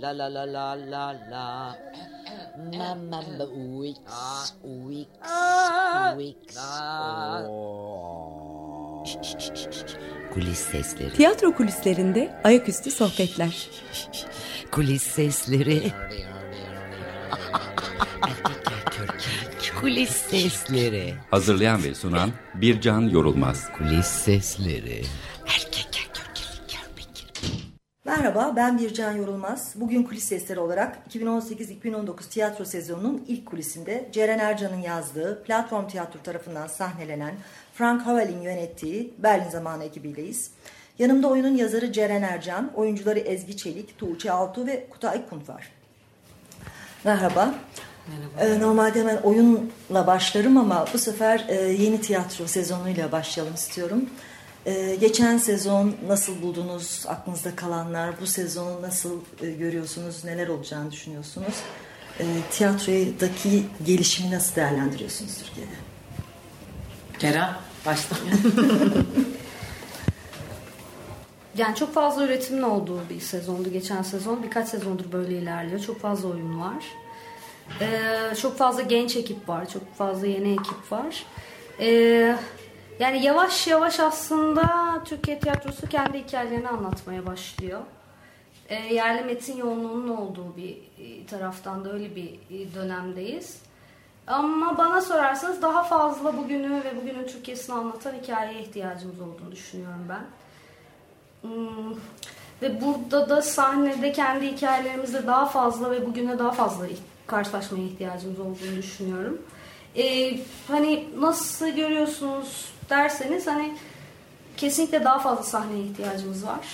La la la la la la. Mama Wix. Kulis sesleri. Tiyatro kulislerinde ayaküstü sohbetler. Kulis sesleri. Kulis sesleri. Hazırlayan ve sunan Bircan Yorulmaz. Kulis sesleri. Merhaba, ben Bircan Yorulmaz. Bugün kulis sesleri olarak 2018-2019 tiyatro sezonunun ilk kulisinde Ceren Ercan'ın yazdığı, Platform Tiyatro tarafından sahnelenen, Frank Havel'in yönettiği Berlin Zamanı ekibiyleyiz. Yanımda oyunun yazarı Ceren Ercan, oyuncuları Ezgi Çelik, Tuğçe Altuğ ve Kutay Kunt var. Merhaba. Merhaba. Normalde hemen oyunla başlarım ama bu sefer yeni tiyatro sezonuyla başlayalım istiyorum. Geçen sezon nasıl buldunuz, aklınızda kalanlar, bu sezonu nasıl görüyorsunuz, neler olacağını düşünüyorsunuz? Tiyatrodaki gelişimi nasıl değerlendiriyorsunuz Türkiye'de? Ceren, başla. Yani çok fazla üretimin olduğu bir sezondu geçen sezon. Birkaç sezondur böyle ilerliyor. Çok fazla oyun var. Çok fazla genç ekip var. Çok fazla yeni ekip var. Yani yavaş yavaş aslında Türkiye tiyatrosu kendi hikayelerini anlatmaya başlıyor. Yerli metin yoğunluğunun olduğu bir taraftan da öyle bir dönemdeyiz. Ama bana sorarsanız daha fazla bugünü ve bugünün Türkiye'sini anlatan hikayeye ihtiyacımız olduğunu düşünüyorum ben. Ve burada da sahnede kendi hikayelerimizle daha fazla ve bugüne daha fazla karşılaşmaya ihtiyacımız olduğunu düşünüyorum. Hani nasıl görüyorsunuz derseniz hani kesinlikle daha fazla sahneye ihtiyacımız var.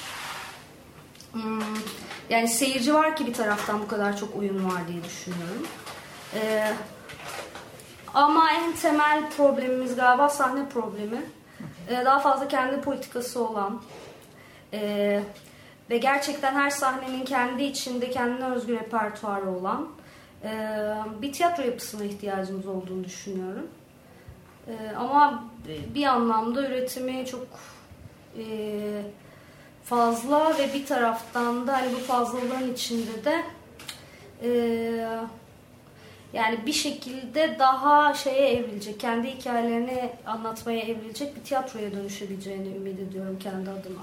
Yani seyirci var ki bir taraftan bu kadar çok oyun var diye düşünüyorum. Ama en temel problemimiz galiba sahne problemi. Daha fazla kendi politikası olan ve gerçekten her sahnenin kendi içinde kendine özgü repertuarı olan bir tiyatro yapısına ihtiyacımız olduğunu düşünüyorum. Ama bir anlamda üretimi çok fazla ve bir taraftan da hani bu fazlalığın içinde de yani bir şekilde daha şeye evrilecek, kendi hikayelerini anlatmaya evrilecek bir tiyatroya dönüşebileceğini ümit ediyorum kendi adıma.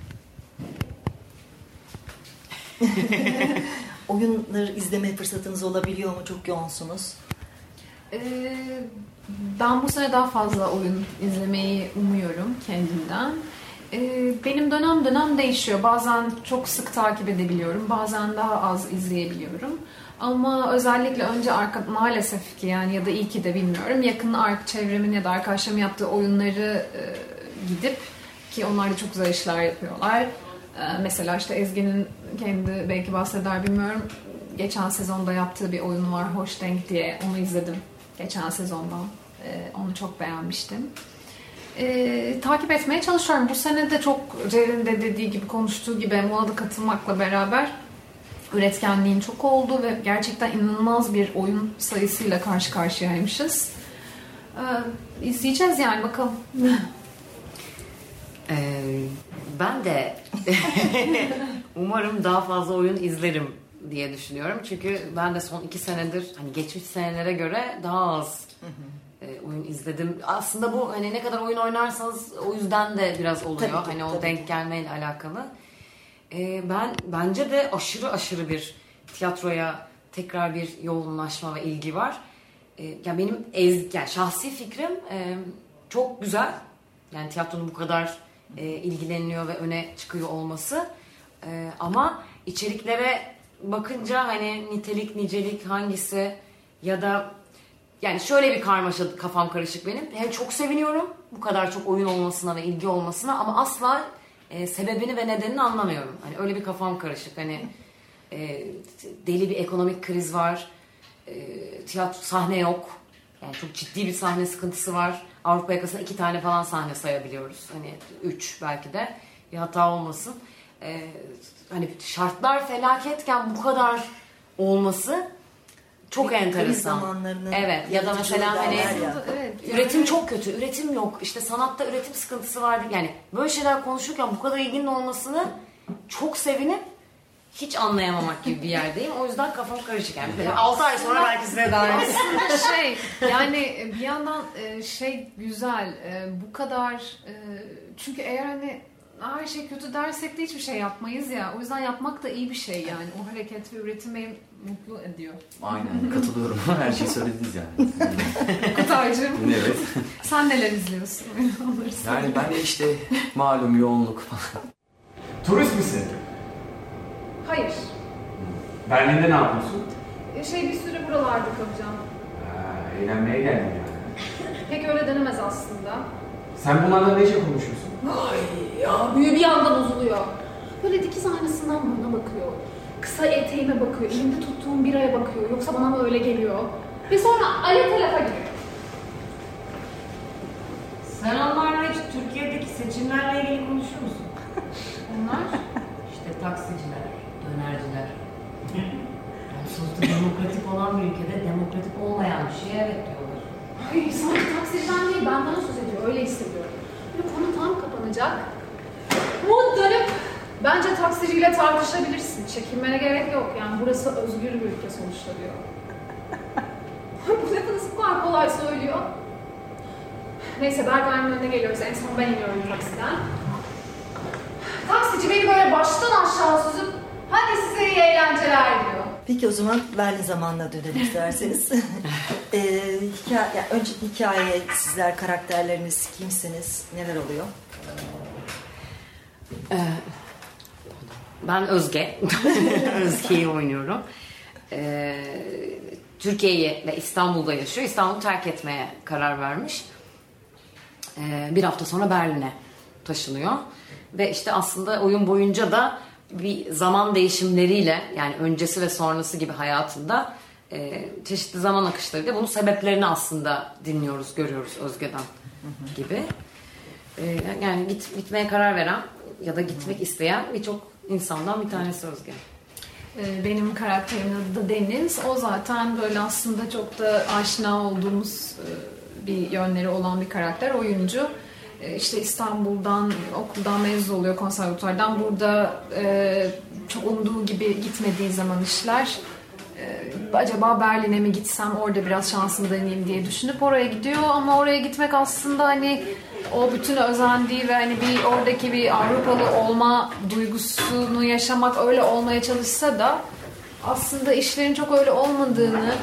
Oyunları izleme fırsatınız olabiliyor mu? Çok yoğunsunuz. Ben bu sene daha fazla oyun izlemeyi umuyorum kendimden. Benim dönem dönem değişiyor. Bazen çok sık takip edebiliyorum. Bazen daha az izleyebiliyorum. Ama özellikle önce maalesef ki yani ya da iyi ki de bilmiyorum. Yakın çevremin ya da arkadaşlarımın yaptığı oyunları gidip ki onlar da çok güzel işler yapıyorlar. Mesela işte Ezgi'nin kendi belki bahseder bilmiyorum. Geçen sezonda yaptığı bir oyun var Hoş Denk diye. Onu izledim geçen sezondan. Onu çok beğenmiştim. Takip etmeye çalışıyorum. Bu sene de çok Ceren'in de dediği gibi konuştuğu gibi Muad'a katılmakla beraber üretkenliğin çok olduğu ve gerçekten inanılmaz bir oyun sayısıyla karşı karşıyaymışız. İzleyeceğiz yani bakalım. Ben de umarım daha fazla oyun izlerim diye düşünüyorum. Çünkü ben de son 2 senedir hani geçmiş senelere göre daha az oyun izledim. Aslında bu hani ne kadar oyun oynarsanız o yüzden de biraz oluyor. Tabii, hani o tabii. denk gelmeyle alakalı. Bence de aşırı bir tiyatroya tekrar bir yoğunlaşma ve ilgi var. Yani benim yani şahsi fikrim çok güzel. Yani tiyatronun bu kadar ilgileniliyor ve öne çıkıyor olması. Ama içeriklere bakınca hani nitelik, nicelik hangisi ya da yani şöyle bir karmaşa kafam karışık benim. Hem çok seviniyorum bu kadar çok oyun olmasına ve ilgi olmasına ama asla sebebini ve nedenini anlamıyorum. Hani öyle bir kafam karışık. Hani deli bir ekonomik kriz var. Tiyatro sahne yok. Yani çok ciddi bir sahne sıkıntısı var. Avrupa yakasında 2 tane falan sahne sayabiliyoruz. Hani 3 belki de bir hata olmasın. Hani şartlar felaketken bu kadar olması çok Bir enteresan. kriz zamanlarının Evet ya da mesela hani Evet, üretim çok kötü, üretim yok. İşte sanatta üretim sıkıntısı var. Yani böyle şeyler konuşurken bu kadar ilginin olmasını çok sevinip hiç anlayamamak gibi bir yerdeyim. O yüzden kafam karışık yani. 6 ay sonra belki size daha iyi. Yani bir yandan güzel, bu kadar çünkü eğer hani her şey kötü dersek de hiçbir şey yapmayız ya. O yüzden yapmak da iyi bir şey yani. O hareket ve üretim beni mutlu ediyor. Aynen, katılıyorum. Her şeyi söylediniz yani. Kutaycığım. Evet. Sen neler izliyorsun? Yani ben de işte malum yoğunluk falan. Turist misin? Hayır. Berlin'de ne yapıyorsun? Bir süre buralarda kalacağım. Eğlenmeye geldim yani. Pek öyle denemez aslında. Sen bunlarla nece konuşuyorsun? Ay ya, büyü bir yandan uzuluyor. Böyle dikiz aynasından bana bakıyor. Kısa eteğime bakıyor, elimde tuttuğum biraya bakıyor. Yoksa bana mı öyle geliyor? Ve sonra alete lafa giriyor. Sen onlarla hiç Türkiye'deki seçimlerle ilgili konuşuyor musun? Onlar? İşte taksiciler, dönerciler. Yani sonuçta demokratik olan bir ülkede demokratik olmayan bir şeye evet diyorlar. Hayır, sanki taksiciden değil, benden söz ediyor. Öyle hissediyorum. Böyle konu tam kapanacak. Umut dönüp, bence taksiciyle tartışabilirsin. Çekinmene gerek yok. Yani burası özgür bir ülke sonuçta diyor. Bu lafı nasıl bu kadar kolay söylüyor? Neyse, Bergay'ın önüne geliyoruz. En son ben iniyorum taksiden. Taksici beni böyle baştan aşağı süzüp hadi size iyi eğlenceler diyor. Peki o zaman Berlin zamanına dönelim isterseniz. Önce hikaye, sizler, karakterleriniz, kimsiniz, neler oluyor? Ben Özge. Özge'yi oynuyorum. Türkiye'yi ve İstanbul'da yaşıyor. İstanbul'u terk etmeye karar vermiş. Bir hafta sonra Berlin'e taşınıyor. Ve işte aslında oyun boyunca da bir zaman değişimleriyle, yani öncesi ve sonrası gibi hayatında çeşitli zaman akışlarıyla bunun sebeplerini aslında dinliyoruz, görüyoruz Özge'den gibi. Yani gitmeye karar veren ya da gitmek isteyen birçok insandan bir tanesi Özge. Benim karakterimin adı da Deniz. O zaten böyle aslında çok da aşina olduğumuz bir yönleri olan bir karakter, oyuncu. İşte İstanbul'dan, okuldan mezun oluyor, konservatuvardan. Burada çok umduğu gibi gitmediği zaman işler. Acaba Berlin'e mi gitsem, orada biraz şansımı deneyeyim diye düşünüp oraya gidiyor. Ama oraya gitmek aslında hani o bütün özendiği ve hani bir oradaki bir Avrupalı olma duygusunu yaşamak, öyle olmaya çalışsa da aslında işlerin çok öyle olmadığını,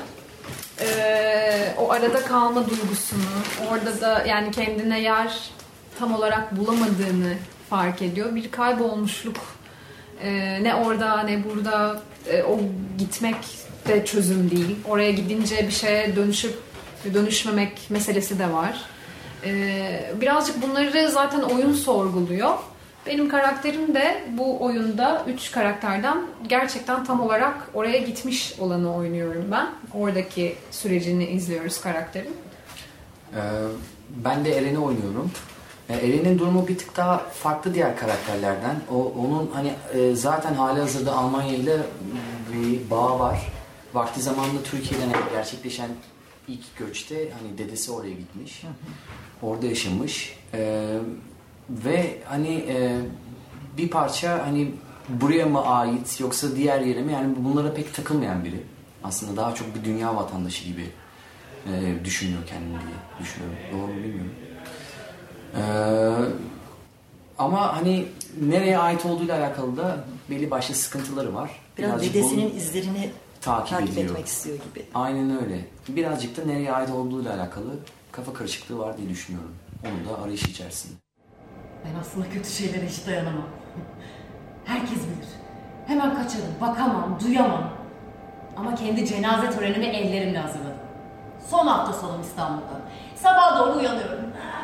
o arada kalma duygusunu, orada da yani kendine yer tam olarak bulamadığını fark ediyor. Bir kaybolmuşluk, ne orada ne burada, o gitmek de çözüm değil. Oraya gidince bir şeye dönüşüp dönüşmemek meselesi de var. Birazcık bunları zaten oyun sorguluyor. Benim karakterim de bu oyunda 3 karakterden gerçekten tam olarak oraya gitmiş olanı oynuyorum ben. Oradaki sürecini izliyoruz karakterin. Ben de Eren'i oynuyorum. Eren'in durumu bir tık daha farklı diğer karakterlerden. Onun hani zaten halihazırda Almanya ile bir bağı var. Vakti zamanında Türkiye'den gerçekleşen ilk göçte hani dedesi oraya gitmiş. Orada yaşamış. Ve hani bir parça hani buraya mı ait yoksa diğer yere mi, yani bunlara pek takılmayan biri. Aslında daha çok bir dünya vatandaşı gibi düşünüyor kendini diye düşünüyorum. Doğru mu bilmiyorum. Ama hani nereye ait olduğuyla alakalı da belli başlı sıkıntıları var. Birazcık dedesinin izlerini takip etmek istiyor gibi. Aynen öyle. Birazcık da nereye ait olduğuyla alakalı kafa karışıklığı var diye düşünüyorum. Onu da arayış içerisinde. Ben aslında kötü şeylere hiç dayanamam. Herkes bilir. Hemen kaçarım, bakamam, duyamam. Ama kendi cenaze törenimi ellerimle hazırladım. Son hafta sonum İstanbul'da. Sabah doğru uyanıyorum.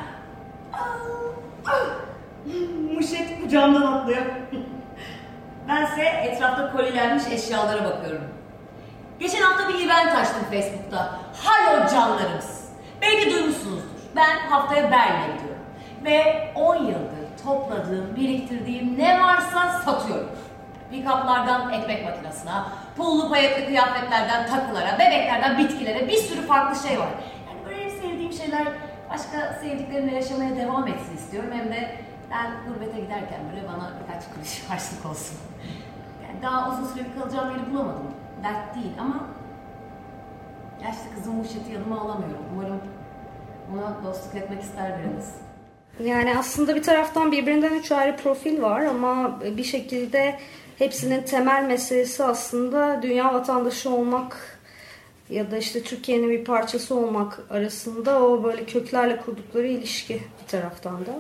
Muşet kucağımdan atlıyor. Bense etrafta kolilenmiş eşyalara bakıyorum. Geçen hafta bir event açtım Facebook'ta. Halo canlarımız. Belki duymuşsunuzdur. Ben haftaya Berlin'e gidiyorum. Ve 10 yıldır topladığım, biriktirdiğim ne varsa satıyorum. Pick-up'lardan ekmek makinesine, pullu payetli kıyafetlerden takılara, bebeklerden bitkilere bir sürü farklı şey var. Yani böyle sevdiğim şeyler başka sevdiklerimle yaşamaya devam etsin istiyorum. Hem de ben gurbete giderken böyle bana birkaç kuruş harçlık olsun. Yani daha uzun süre bir kalacağım yeri bulamadım. Dert değil ama yaşlı kızım Uşet'i yanıma alamıyorum. Umarım ona dostluk etmek ister biraz. Yani aslında bir taraftan birbirinden 3 ayrı profil var ama bir şekilde hepsinin temel meselesi aslında dünya vatandaşı olmak ya da işte Türkiye'nin bir parçası olmak arasında o böyle köklerle kurdukları ilişki bir taraftan da.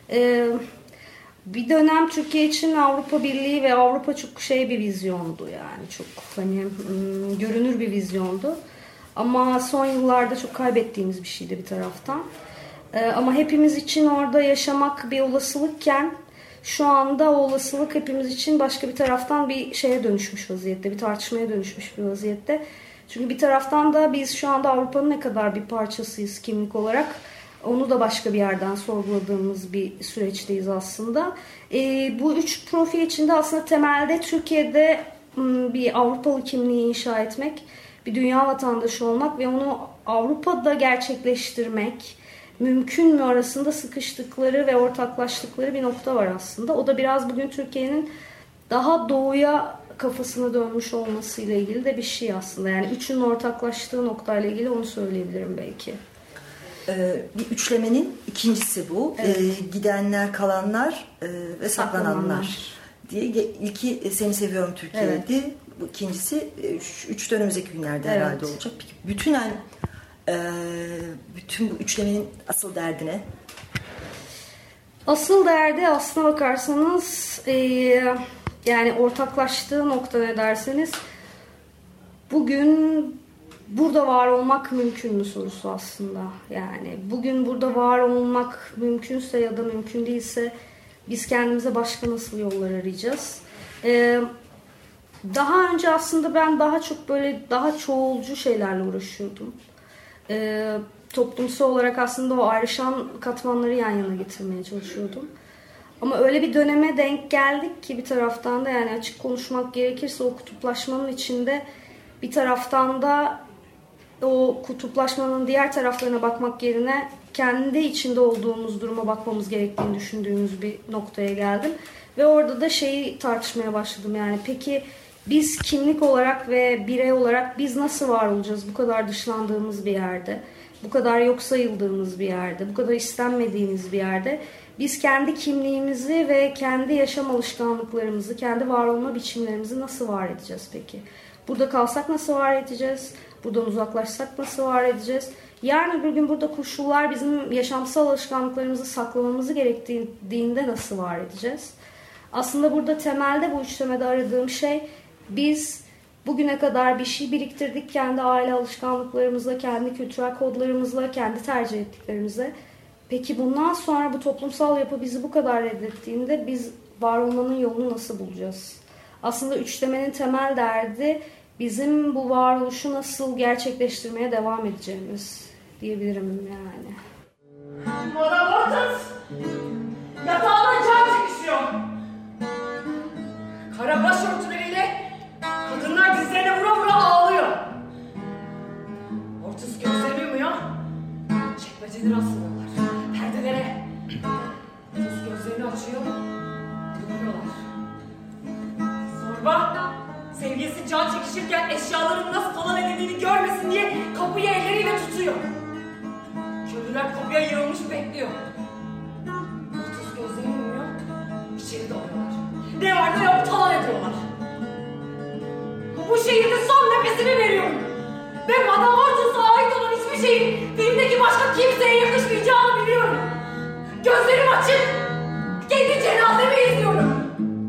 Bir dönem Türkiye için Avrupa Birliği ve Avrupa çok bir vizyondu yani çok görünür bir vizyondu. Ama son yıllarda çok kaybettiğimiz bir şeydi bir taraftan. Ama hepimiz için orada yaşamak bir olasılıkken şu anda o olasılık hepimiz için başka bir taraftan bir şeye dönüşmüş vaziyette, bir tartışmaya dönüşmüş bir vaziyette. Çünkü bir taraftan da biz şu anda Avrupa'nın ne kadar bir parçasıyız kimlik olarak onu da başka bir yerden sorguladığımız bir süreçteyiz aslında. Bu üç profil içinde aslında temelde Türkiye'de bir Avrupalı kimliği inşa etmek, bir dünya vatandaşı olmak ve onu Avrupa'da gerçekleştirmek mümkün mü arasında sıkıştıkları ve ortaklaştıkları bir nokta var aslında. O da biraz bugün Türkiye'nin daha doğuya kafasına dönmüş olmasıyla ilgili de bir şey aslında. Yani üçünün ortaklaştığı noktayla ilgili onu söyleyebilirim belki. Bir üçlemenin ikincisi bu. Evet. Gidenler, kalanlar ve saklananlar diye. İlki Seni Seviyorum Türkiye'ydi. Evet. Bu ikincisi üç önümüzdeki günlerde evet. herhalde olacak. Bütün bu üçlemenin asıl derdi ne? Asıl derdi aslına bakarsanız yani ortaklaştığı nokta ne derseniz bugün burada var olmak mümkün mü sorusu aslında. Yani bugün burada var olmak mümkünse ya da mümkün değilse biz kendimize başka nasıl yollar arayacağız? Daha önce aslında ben daha çok böyle daha çoğulcu şeylerle uğraşıyordum. Toplumsal olarak aslında o ayrışan katmanları yan yana getirmeye çalışıyordum. Ama öyle bir döneme denk geldik ki bir taraftan da yani açık konuşmak gerekirse o kutuplaşmanın içinde bir taraftan da o kutuplaşmanın diğer taraflarına bakmak yerine kendi içinde olduğumuz duruma bakmamız gerektiğini düşündüğümüz bir noktaya geldim. Ve orada da şeyi tartışmaya başladım yani peki biz kimlik olarak ve birey olarak biz nasıl var olacağız bu kadar dışlandığımız bir yerde, bu kadar yok sayıldığımız bir yerde, bu kadar istenmediğimiz bir yerde biz kendi kimliğimizi ve kendi yaşam alışkanlıklarımızı, kendi var olma biçimlerimizi nasıl var edeceğiz peki? Burada kalsak nasıl var edeceğiz? Buradan uzaklaşsak nasıl var edeceğiz? Yarın öbür gün burada koşullar bizim yaşamsal alışkanlıklarımızı saklamamızı gerektiğinde nasıl var edeceğiz? Aslında burada temelde bu üçlemede aradığım şey biz bugüne kadar bir şey biriktirdik kendi aile alışkanlıklarımızla, kendi kültürel kodlarımızla, kendi tercih ettiklerimizle. Peki bundan sonra bu toplumsal yapı bizi bu kadar reddettiğinde biz var olmanın yolunu nasıl bulacağız? Aslında üçlemenin temel derdi bizim bu varoluşu nasıl gerçekleştirmeye devam edeceğimiz diyebilirim yani. Bana bakın! Yatağına can çekişiyor! Kara başörtüleriyle kadınlar dizlerine vura vura ağlıyor. Ortuz gözlerini yumuyor. Çekmeceleri asılıyorlar. Perdelere. Ortuz gözlerini açıyor. Duruyorlar. Zorba sevgilisi can çekişirken eşyaların nasıl talan edildiğini görmesin diye kapıyı elleriyle tutuyor. Köylüler kapıya yığılmış bekliyor. Ortuz gözlerini yumuyor. İçeri dalıyorlar. Ne var ne yok talan ediyorlar. Bu şehirde son nefesimi veriyorum. Ve Madame Ortuz'a ait olan hiçbir şeyin filmdeki başka kimseye yakışmayacağını biliyorum. Gözlerim açık. Kendi cenazemi izliyorum.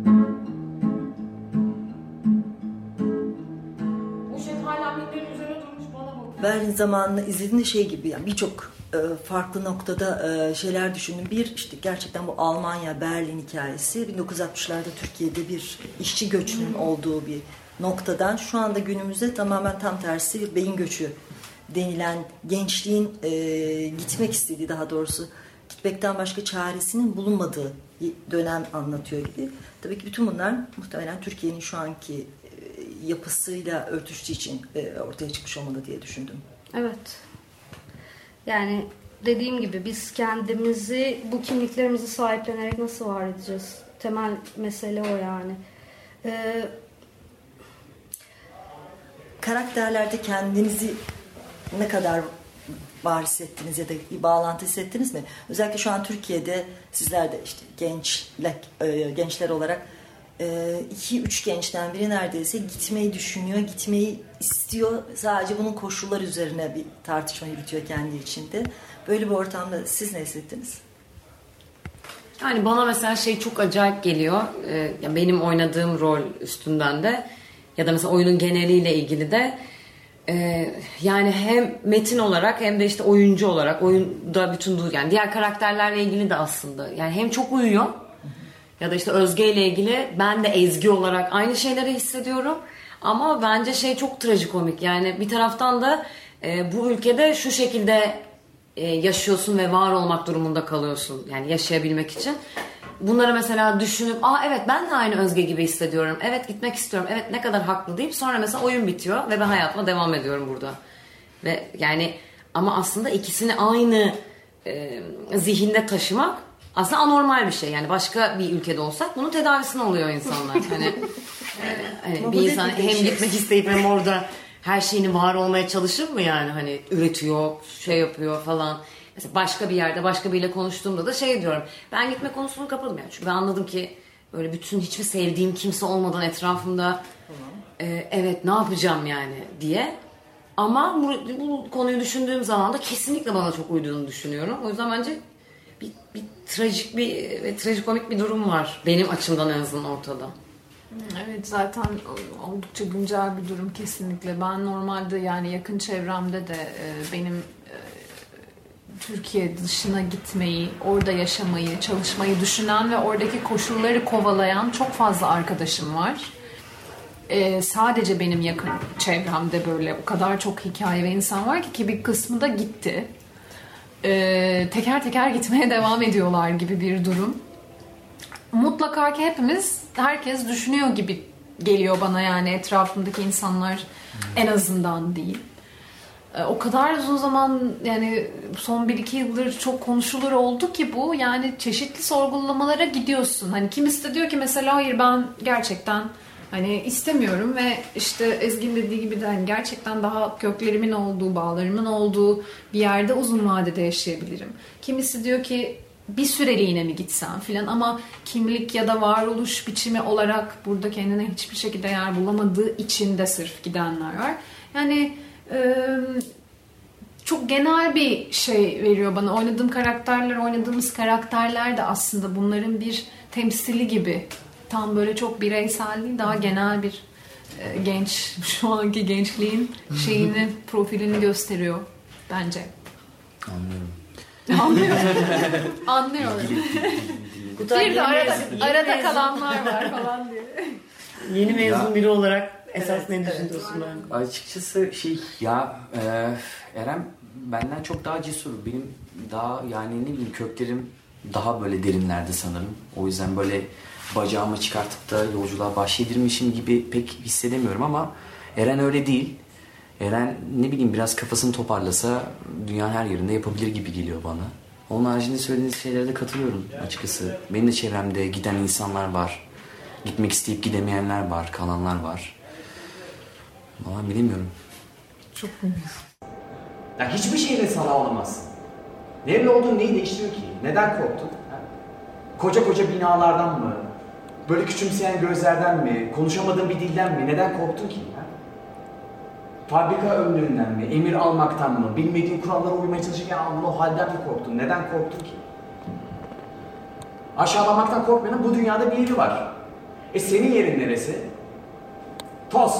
Bu şey hala minderin üzerine durmuş bana bakıyor. Berlin zamanını izlediğimde şey gibi yani birçok farklı noktada şeyler düşündüm. Bir işte gerçekten bu Almanya, Berlin hikayesi 1960'larda Türkiye'de bir işçi göçünün olduğu bir noktadan şu anda günümüzde tamamen tam tersi bir beyin göçü denilen gençliğin gitmek istediği daha doğrusu gitmekten başka çaresinin bulunmadığı dönem anlatıyor gibi. Tabii ki bütün bunlar muhtemelen Türkiye'nin şu anki yapısıyla örtüştüğü için ortaya çıkmış olmalı diye düşündüm. Evet. Yani dediğim gibi biz kendimizi, bu kimliklerimizi sahiplenerek nasıl var edeceğiz? Temel mesele o yani. Karakterlerde kendinizi ne kadar var hissettiniz ya da bir bağlantı hissettiniz mi? Özellikle şu an Türkiye'de sizler de işte gençler olarak 2-3 gençten biri neredeyse gitmeyi düşünüyor, gitmeyi istiyor. Sadece bunun koşullar üzerine bir tartışma yürütüyor kendi içinde. Böyle bir ortamda siz ne hissettiniz? Yani bana mesela şey çok acayip geliyor. Benim oynadığım rol üstünden de ya da mesela oyunun geneliyle ilgili de yani hem metin olarak hem de işte oyuncu olarak oyunda bütün yani diğer karakterlerle ilgili de aslında yani hem çok uyuyor ya da işte Özge ile ilgili ben de Ezgi olarak aynı şeyleri hissediyorum ama bence şey çok trajikomik yani bir taraftan da bu ülkede şu şekilde yaşıyorsun ve var olmak durumunda kalıyorsun yani yaşayabilmek için. Bunları mesela düşünüp evet ben de aynı Özge gibi hissediyorum. Evet gitmek istiyorum. Evet ne kadar haklı deyip sonra mesela oyun bitiyor ve ben hayatıma devam ediyorum burada. Ve yani ama aslında ikisini aynı zihinde taşımak aslında anormal bir şey. Yani başka bir ülkede olsak bunun tedavisine oluyor insanlar. Hani bir insan hem gitmek isteyip hem orada her şeyini var olmaya çalışır mı yani? Hani üretiyor, şey yapıyor falan. Mesela başka bir yerde başka biriyle konuştuğumda da şey diyorum. Ben gitme konusunu kapadım yani. Çünkü ben anladım ki böyle bütün hiçbir sevdiğim kimse olmadan etrafımda evet ne yapacağım yani diye. Ama bu konuyu düşündüğüm zaman da kesinlikle bana çok uyduğunu düşünüyorum. O yüzden bence bir trajik ve trajikomik bir durum var. Benim açımdan en azından ortada. Evet zaten oldukça güncel bir durum kesinlikle. Ben normalde yani yakın çevremde de benim Türkiye dışına gitmeyi, orada yaşamayı, çalışmayı düşünen ve oradaki koşulları kovalayan çok fazla arkadaşım var. Sadece benim yakın çevremde böyle o kadar çok hikaye ve insan var ki bir kısmı da gitti. Teker teker gitmeye devam ediyorlar gibi bir durum. Mutlaka ki herkes düşünüyor gibi geliyor bana yani etrafımdaki insanlar en azından değil. O kadar uzun zaman yani son 1-2 yıldır çok konuşulur oldu ki bu yani çeşitli sorgulamalara gidiyorsun. Hani kimisi de diyor ki mesela hayır ben gerçekten hani istemiyorum ve işte Ezgi'nin dediği gibi de hani gerçekten daha köklerimin olduğu, bağlarımın olduğu bir yerde uzun vadede yaşayabilirim. Kimisi diyor ki bir süreliğine mi gitsem filan ama kimlik ya da varoluş biçimi olarak burada kendine hiçbir şekilde yer bulamadığı için de sırf gidenler var. Yani çok genel bir şey veriyor bana. Oynadığımız karakterler de aslında bunların bir temsili gibi. Tam böyle çok bireysel değil, daha genel bir genç, şu anki gençliğin şeyini, profilini gösteriyor bence. Anlıyorum. Bir de arada kalanlar var falan diye. Yeni mezun biri olarak esas ne düşünüyorsun ben? Açıkçası Eren benden çok daha cesur. Benim daha yani ne bileyim köklerim daha böyle derinlerde sanırım. O yüzden böyle bacağımı çıkartıp da yolculuğa başlayabilirmişim gibi pek hissedemiyorum ama Eren öyle değil. Eren ne bileyim biraz kafasını toparlasa dünyanın her yerinde yapabilir gibi geliyor bana. Onun haricinde söylediğiniz şeylere de katılıyorum açıkçası. Benim de çevremde giden insanlar var. Gitmek isteyip gidemeyenler var, kalanlar var. Vallahi bilemiyorum. Çok mutluyum. Ya hiçbir şeyle sana olamazsın. Nerede olduğun neyi değiştiriyor ki? Neden korktun? Ha? Koca koca binalardan mı? Böyle küçümseyen gözlerden mi? Konuşamadığın bir dilden mi? Neden korktun ki? Ha? Fabrika önlüğünden mi? Emir almaktan mı? Bilmediğin kurallara uymaya çalışırken o halden mi korktun? Neden korktun ki? Aşağılamaktan korkmayanın bu dünyada bir yeri var. Senin yerin neresi? Toz.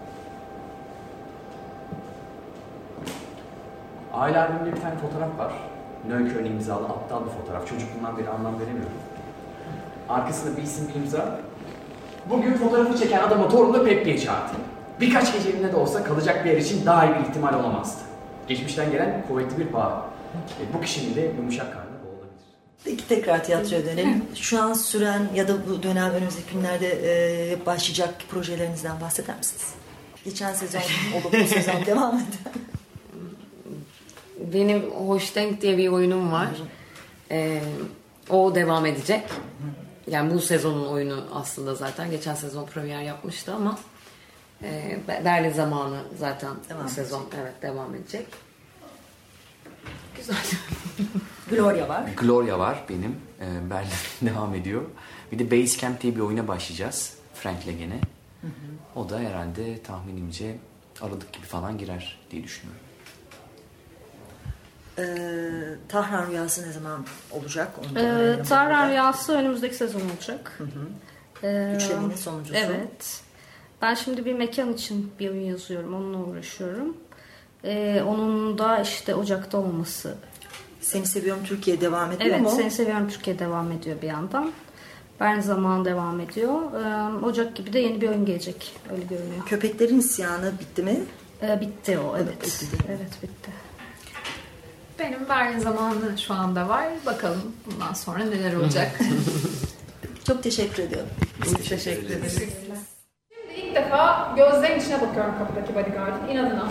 Aile albümünde bir tane fotoğraf var. Nönkör'ün imzalı aptal bir fotoğraf. Çocukluğumdan beri anlam veremiyorum. Arkasında bir isim bir imza. Bugün fotoğrafı çeken adama torununu Peppi'ye çağırdı. Birkaç geceliğine de olsa kalacak bir yer için daha iyi bir ihtimal olamazdı. Geçmişten gelen kuvvetli bir bağ. Bu kişinin de yumuşak karnı olabilir. Peki tekrar tiyatroya dönelim. Şu an süren ya da bu dönem önümüzdeki günlerde başlayacak projelerinizden bahseder misiniz? Geçen sezon olup bu sezon devam eden. Benim Hoşdenk diye bir oyunum var. O devam edecek. yani bu sezonun oyunu aslında zaten geçen sezon premier yapmıştı ama Berlin zamanı zaten bu sezon devam edecek. Güzel. Gloria var. Gloria var benim. Berlin devam ediyor. Bir de Basecamp diye bir oyuna başlayacağız. Frank'le gene. O da herhalde tahminimce Aralık gibi falan girer diye düşünüyorum. Tahran Rüyası ne zaman olacak? Tahran Rüyası önümüzdeki sezon olacak. Üçlemenin sonuncusu. Evet. Ben şimdi bir mekan için bir oyun yazıyorum. Onunla uğraşıyorum. Onun da işte Ocak'ta olması. Seni Seviyorum Türkiye devam ediyor mu? Evet, Seni Seviyorum Türkiye devam ediyor bir yandan. Berlin zamanı devam ediyor. Ocak gibi de yeni bir oyun gelecek. Öyle görünüyor. Köpeklerin İsyanı bitti mi? Bitti o, evet. Bitti. Benim Berlin zamanı şu anda var. Bakalım bundan sonra neler olacak. Çok teşekkür ediyorum. Biz teşekkür ederiz. Şimdi ilk defa gözlerin içine bakıyorum kapıdaki bodyguard'ın inadına.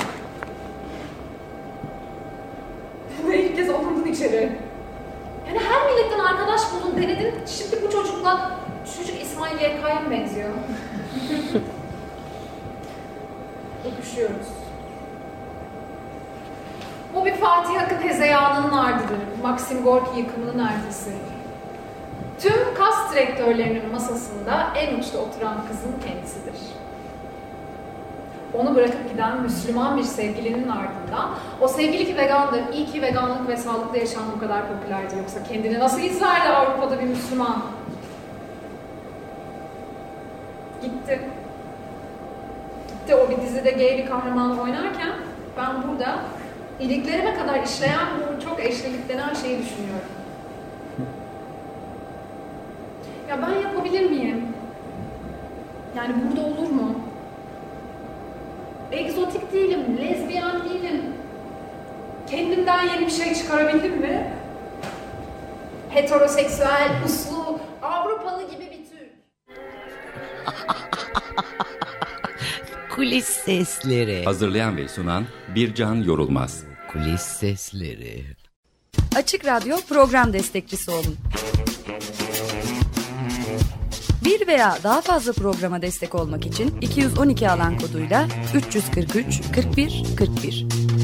Ve ilk kez oturdun içeri. Yani her milletten arkadaş buldun, denedin. Şimdi bu çocuk İsmail YK'ya mı benziyor? Öpüşüyoruz. Bu bir Fatih Akın hezeyanının ardıdır. Maxim Gorki yıkımının ertesi. Tüm kas direktörlerinin masasında en uçta oturan kızın kendisidir. Onu bırakıp giden Müslüman bir sevgilinin ardından, o sevgili ki vegandır, iyi ki veganlık ve sağlıklı yaşam bu kadar popülerdi, yoksa kendini nasıl izlerdi Avrupa'da bir Müslüman? Gitti o bir dizide gay bir kahraman oynarken, ben burada iliklerime kadar işleyen bu çok eşlilik denen şeyi düşünüyorum. Ya ben yapabilir miyim? Yani burada olur mu? Egzotik değilim, lezbiyen değilim. Kendimden yeni bir şey çıkarabildim mi? Heteroseksüel, uslu, Avrupalı gibi bir Türk. Kulis sesleri. Hazırlayan ve sunan Bircan Yorulmaz. Kulis sesleri. Açık Radyo program destekçisi olun. Bir veya daha fazla programa destek olmak için 212 alan koduyla 343 41 41.